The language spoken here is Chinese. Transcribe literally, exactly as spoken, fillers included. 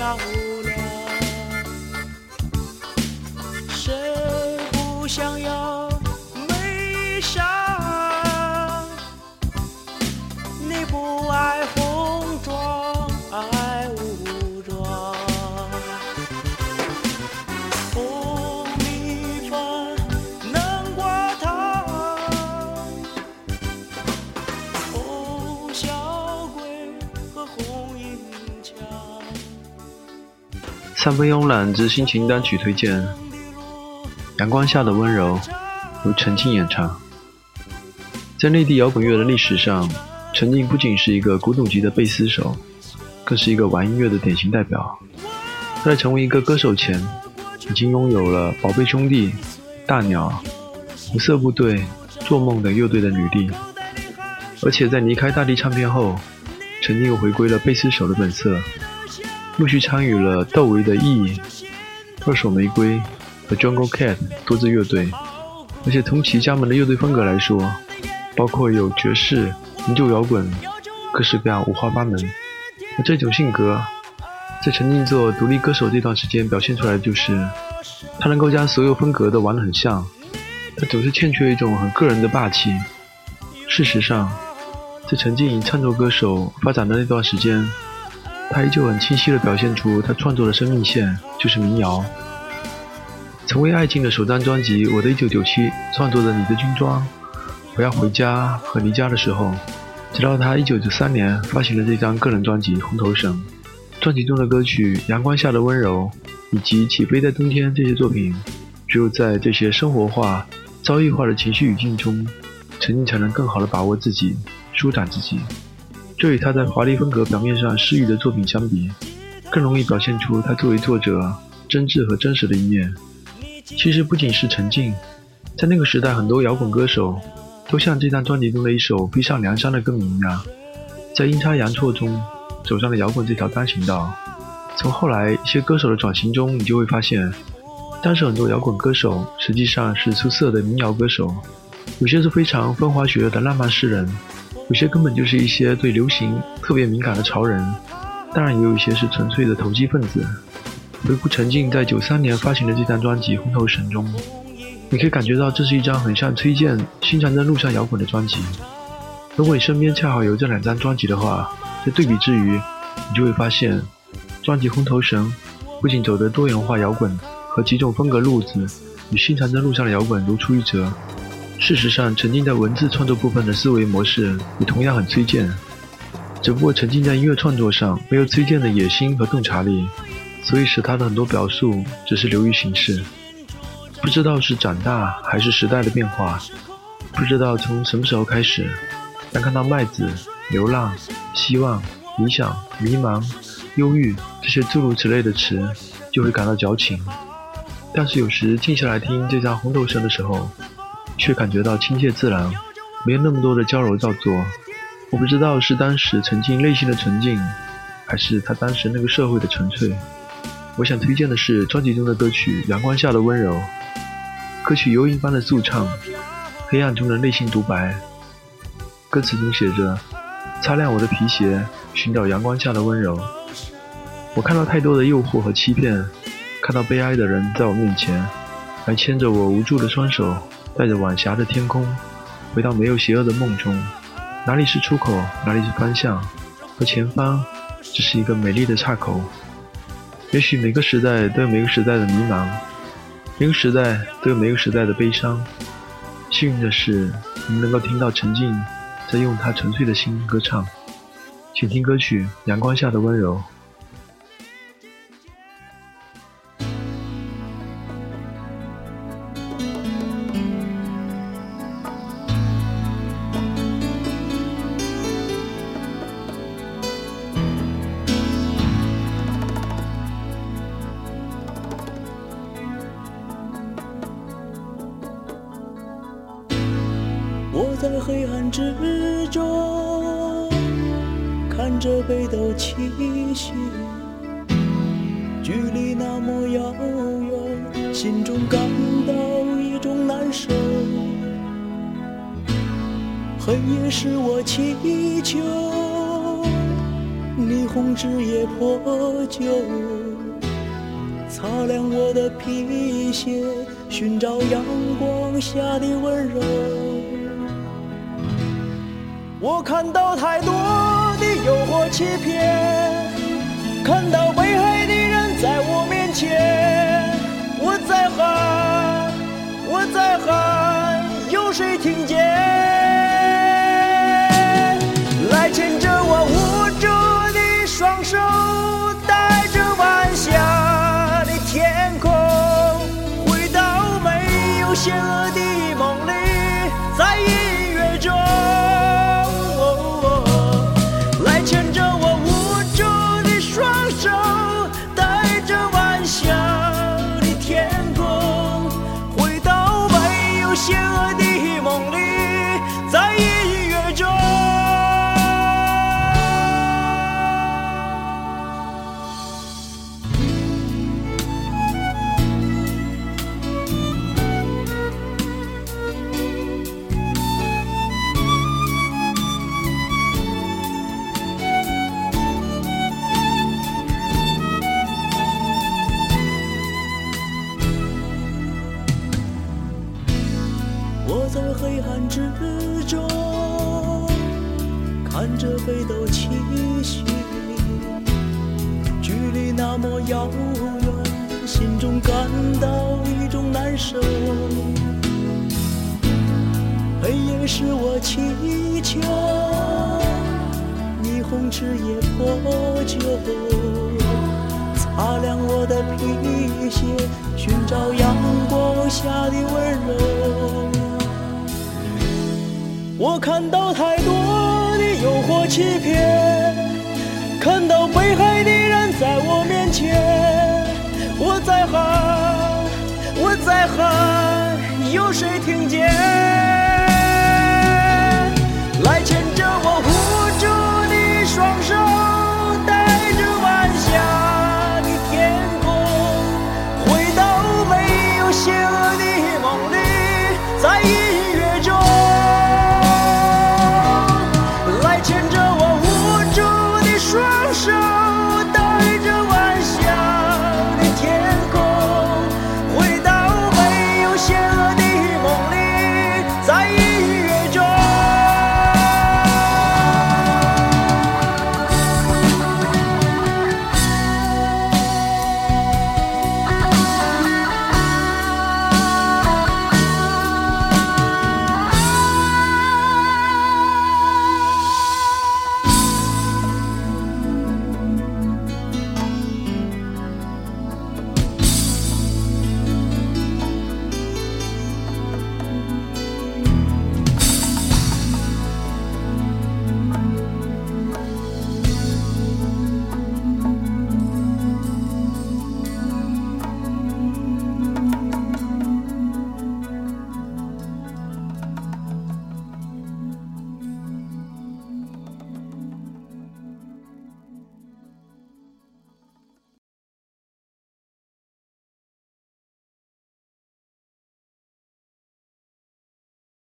漂亮。谁不想要美上？你不爱红妆，爱武装。红米饭，南瓜汤，红小鬼和红缨枪。 三分慵懒之心情单曲推荐，《阳光下的温柔》由陈静演唱。在内地摇滚乐的历史上，陈静不仅是一个古董级的贝斯手，更是一个玩音乐的典型代表。他在成为一个歌手前，已经拥有了宝贝兄弟、大鸟、红色部队、做梦等乐队的履历。而且在离开大地唱片后，陈静又回归了贝斯手的本色，陆续参与了窦唯的 E、二手玫瑰和 Jungle Cat 多支乐队。而且同其加盟的乐队风格来说，包括有爵士、营救摇滚，各式各样五花八门。而这种性格在陈静做独立歌手这段时间表现出来的就是，他能够将所有风格都玩得很像，他总是欠缺一种很个人的霸气。事实上，在陈静以唱作歌手发展的那段时间，他依旧很清晰地表现出他创作的生命线就是民谣。成为爱静的首张专辑《我的一九九七》创作的《你的军装》、我要回家和离家的时候，直到他一九九三年发行了这张个人专辑《红头绳》。专辑中的歌曲《阳光下的温柔》以及《起飞在冬天》这些作品，只有在这些生活化、遭遇化的情绪语境中，陈静才能更好地把握自己，舒展自己。这与他在华丽风格表面上施予的作品相比，更容易表现出他作为作者真挚和真实的一面。其实不仅是陈静，在那个时代很多摇滚歌手都像这张专辑中的一首《飞上梁山》的歌名一样，在阴差阳错中走上了摇滚这条单行道。从后来一些歌手的转型中，你就会发现，当时很多摇滚歌手实际上是出色的民谣歌手，有些是非常风花雪月的浪漫诗人，有些根本就是一些对流行特别敏感的潮人，当然也有一些是纯粹的投机分子。回顾陈静在九三年发行的这张专辑《红头绳》中，你可以感觉到这是一张很像崔健新传在路上摇滚的专辑。如果你身边恰好有这两张专辑的话，在对比之余，你就会发现专辑《红头绳》不仅走的多元化摇滚和几种风格路子与新传在路上的摇滚如出一辙。事实上，陈静在文字创作部分的思维模式也同样很崔健，只不过陈静在音乐创作上没有崔健的野心和洞察力，所以使他的很多表述只是流于形式。不知道是长大还是时代的变化，不知道从什么时候开始，当看到麦子、流浪、希望、理想、迷茫、忧郁这些诸如此类的词，就会感到矫情。但是有时静下来听这张《红头绳》的时候，却感觉到亲切自然，没有那么多的娇柔造作。我不知道是当时陈静内心的纯净，还是他当时那个社会的纯粹。我想推荐的是专辑中的歌曲《阳光下的温柔》。歌曲游吟般的速唱，黑暗中的内心独白。歌词中写着：擦亮我的皮鞋，寻找阳光下的温柔。我看到太多的诱惑和欺骗，看到悲哀的人在我面前，还牵着我无助的双手，带着晚霞的天空，回到没有邪恶的梦中。哪里是出口，哪里是方向，和前方只是一个美丽的岔口。也许每个时代都有每个时代的迷茫，每个时代都有每个时代的悲伤。幸运的是，我们能够听到陈静在用他纯粹的心歌唱。请听歌曲《阳光下的温柔》。 我在黑暗之中看着北斗七星，距离那么遥远，心中感到一种难受。黑夜使我祈求霓虹枝叶破旧，擦亮我的皮鞋，寻找阳光下的温柔。我看到太多的诱惑欺骗，看到被害的人在我面前，我在喊，我在喊，有谁听见？来牵着我无助的双手，带着晚霞的天空，回到没有险恶的梦里，在音乐中。来牵着我无助的双手，带着晚霞的天空，回到没有险恶的梦里，在音乐中。我在黑暗之中，看着北斗七星，距离那么遥远，心中感到一种难受。黑夜使我祈求，霓虹枝叶破旧，擦亮我的皮鞋，寻找阳光下的温柔。我看到太多的诱惑欺骗，看到被害的人在我面前，我在喊，我在喊，有谁听